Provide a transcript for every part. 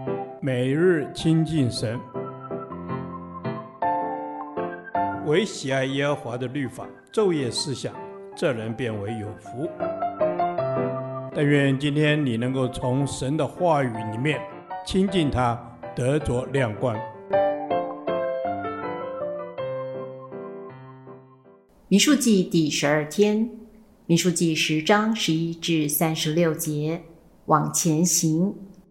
每日亲近神，唯喜爱耶和华的律法，昼夜思想，这人变为有福。但愿今天你能够从神的话语里面亲近他，得着亮光。 民数记第12天，民数记10章11至36节，往前行。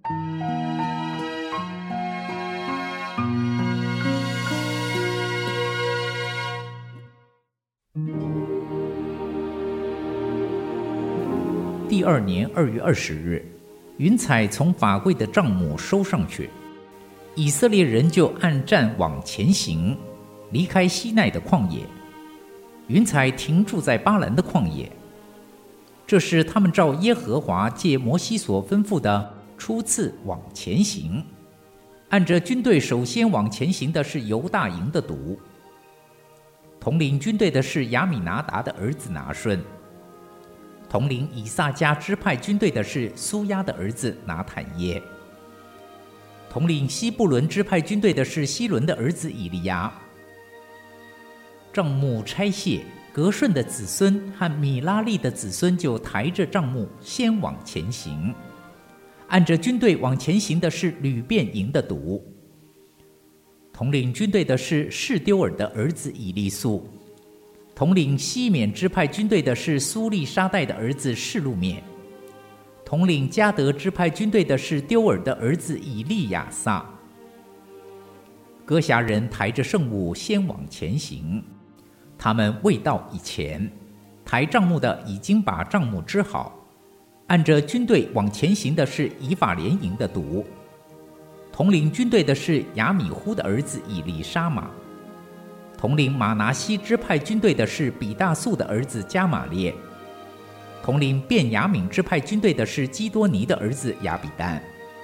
第2年2月20日，云彩从法柜的帐幕收上去，以色列人就按站往前行，离开西奈的旷野。云彩停住在巴兰的旷野，这是他们照耶和华借摩西所吩咐的初次往前行。按着军队首先往前行的是犹大营的督，统领军队的是亚米拿达的儿子拿顺，统领以萨迦支派军队的是苏亚的儿子拿坦耶，统领西布伦支派军队的是希伦的儿子以利亚。帐幕拆卸，革顺的子孙和米拉利的子孙就抬着帐幕先往前行。按着军队往前行的是吕便营的督，统领军队的是示丢尔的儿子以利素，统领西缅支派军队的是苏利沙代的儿子示路缅，统领迦得支派军队的是丢尔的儿子以利亚撒。歌辖人抬着圣物先往前行，他们未到以前，抬帐幕的已经把帐幕支好。按着军队往前行的是以法莲营的督，统领军队的是亚米忽的儿子以利沙玛，统领马拿西支派军队的是比大素的儿子加玛列，统领便雅悯支派军队的是基多尼的儿子亚比丹。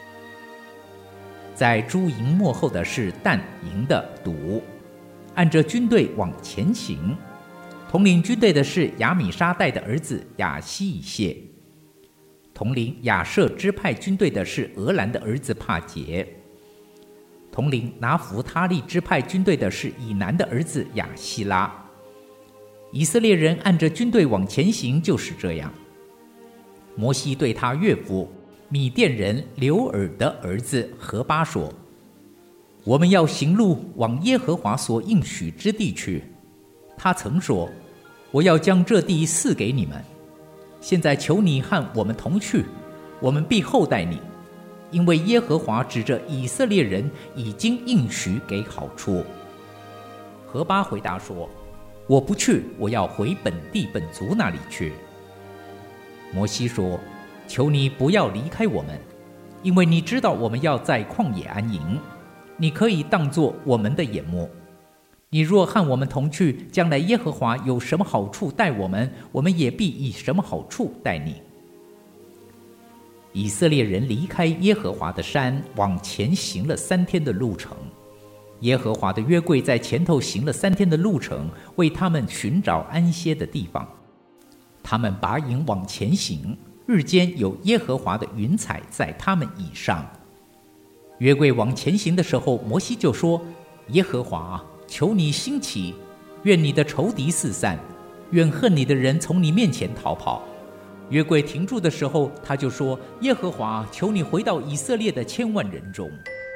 在诸营末后的是但营的督，按着军队往前行，统领军队的是亚米沙代的儿子亚希以谢，统领亚舍支派军队的是俄兰的儿子帕杰，统领拿弗他利支派军队的是以南的儿子亚希拉。以色列人按着军队往前行就是这样。摩西对他岳父米甸人流尔的儿子何巴说：我们要行路往耶和华所应许之地去。他曾说：我要将这地赐给你们。现在求你和我们同去，我们必厚待你，因为耶和华指着以色列人已经应许给好处。何巴回答说：我不去，我要回本地本族那里去。摩西说：求你不要离开我们，因为你知道我们要在旷野安营，你可以当作我们的眼目。你若和我们同去，将来耶和华有什么好处待我们，我们也必以什么好处待你。以色列人离开耶和华的山，往前行了3天的路程。耶和华的约柜在前头行了3天的路程，为他们寻找安歇的地方。他们拔营往前行，日间有耶和华的云彩在他们以上。约柜往前行的时候，摩西就说：耶和华，求你兴起，愿你的仇敌四散，愿恨你的人从你面前逃跑。约柜停住的时候，他就说：耶和华，求你回到以色列的千万人中。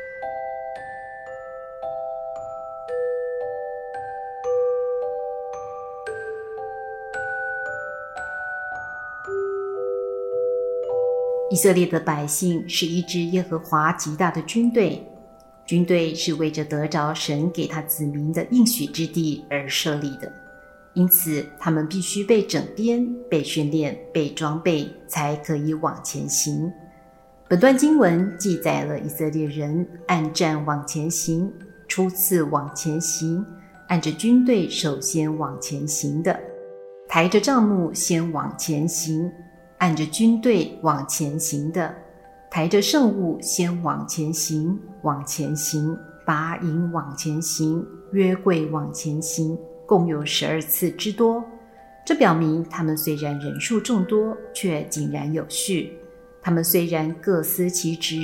以色列的百姓是一支耶和华极大的军队，军队是为着得着神给他子民的应许之地而设立的，因此他们必须被整编、被训练、被装备，才可以往前行。本段经文记载了以色列人按站往前行，初次往前行，按着军队首先往前行的，抬着帐幕先往前行，按着军队往前行的，抬着圣物先往前行，拔营往前行，约柜往前行，共有12次之多。这表明他们虽然人数众多，却井然有序。他们虽然各司其职，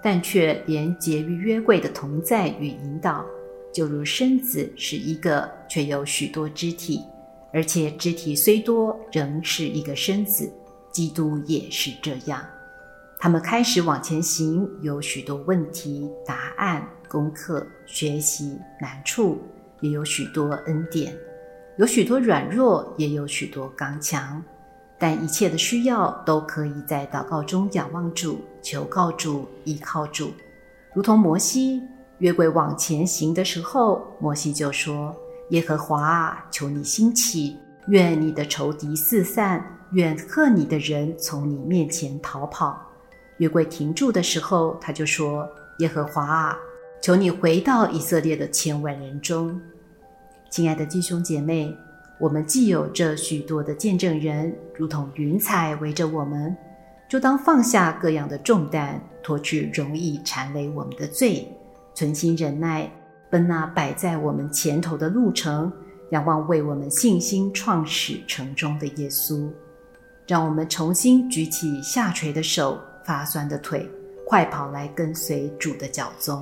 但却连结于约柜的同在与引导，就如身子是一个，却有许多肢体，而且肢体虽多，仍是一个身子。基督也是这样。他们开始往前行，有许多问题、答案、功课、学习、难处，也有许多恩典，有许多软弱，也有许多刚强。但一切的需要都可以在祷告中仰望主，求告主，依靠主。如同摩西约柜往前行的时候，摩西就说：耶和华啊，求你兴起，愿你的仇敌四散，愿恨你的人从你面前逃跑。约柜停住的时候，他就说：耶和华啊，求你回到以色列的千万人中。亲爱的弟兄姐妹，我们既有这许多的见证人，如同云彩围着我们，就当放下各样的重担，脱去容易缠累我们的罪，存心忍耐，奔那摆在我们前头的路程，仰望为我们信心创始成终的耶稣。让我们重新举起下垂的手，发酸的腿，快跑来跟随主的脚踪。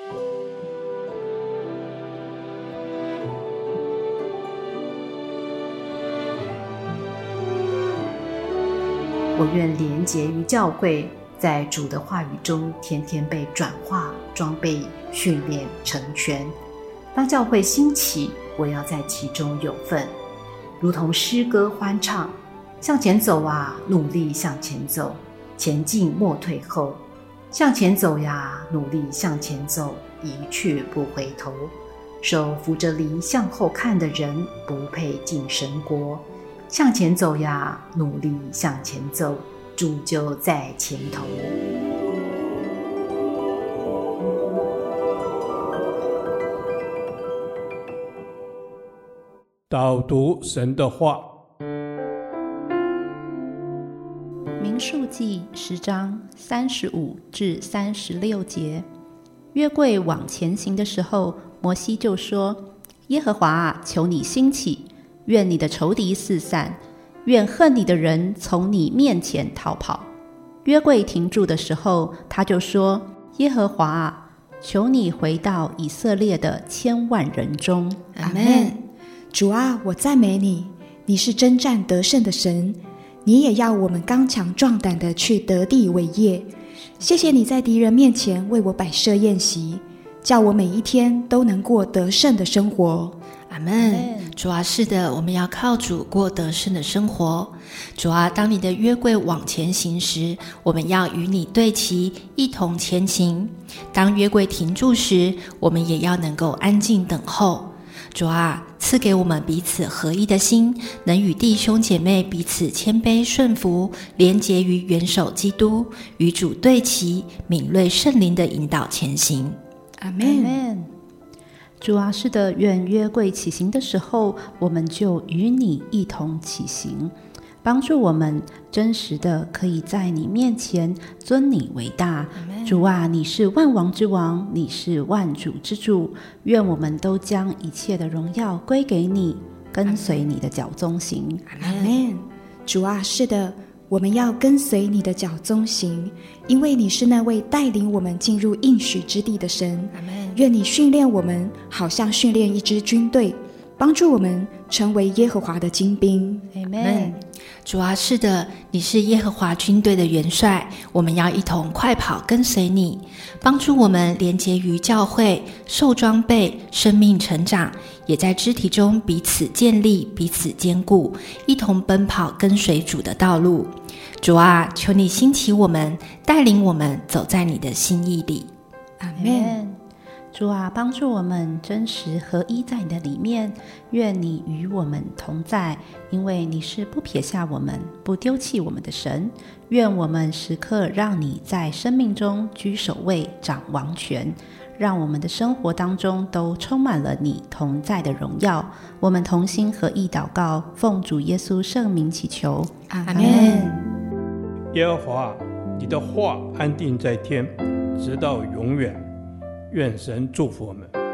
我愿连结于教会，在主的话语中天天被转化、装备、训练、成全。当教会兴起，我要在其中有份，如同诗歌欢唱，向前走啊，努力向前走，前进莫退后，向前走呀，努力向前走，一去不回头。手扶着犁向后看的人，不配进神国。向前走呀，努力向前走，主就在前头。 导读神的话。 民数记10章35至36节，约柜往前行的时候，摩西就说：耶和华啊，求你兴起，愿你的仇敌四散，愿恨你的人从你面前逃跑。约柜停住的时候，他就说：耶和华啊，求你回到以色列的千万人中。 阿们。主啊，我赞美你，你是征战得胜的神，你也要我们刚强壮胆的去得地为业。谢谢你在敌人面前为我摆设宴席，叫我每一天都能过得胜的生活。 阿们。主啊，是的，我们要靠主过得胜的生活。主啊，当你的约柜往前行时，我们要与你对齐，一同前行。当约柜停住时，我们也要能够安静等候。主啊，赐给我们彼此合一的心，能与弟兄姐妹彼此谦卑顺服，连结于元首基督，与主对齐，敏锐圣灵的引导前行。 阿们。 主啊，是的，愿约柜起行的时候，我们就与你一同起行，帮助我们真实的可以在你面前尊你为大。主啊，你是万王之王，你是万主之主，愿我们都将一切的荣耀归给你，跟随你的脚踪行。 阿们。主啊，是的，我们要跟随你的脚踪行，因为你是那位带领我们进入应许之地的神。愿你训练我们，好像训练一支军队，帮助我们成为耶和华的精兵。 阿们。 主啊，是的，你是耶和华军队的元帅，我们要一同快跑跟随你，帮助我们连结于教会，受装备，生命成长，也在肢体中彼此建立，彼此坚固，一同奔跑跟随主的道路。主啊，求你兴起我们，带领我们走在你的心意里。 阿们。 主啊，帮助我们真实合一在你的里面，愿你与我们同在，因为你是不撇下我们，不丢弃我们的神。愿我们时刻让你在生命中居首位，掌王权，让我们的生活当中都充满了你同在的荣耀。我们同心合意祷告，奉主耶稣圣名祈求。 阿们。 耶和华，你的话安定在天，直到永远。愿神祝福我们。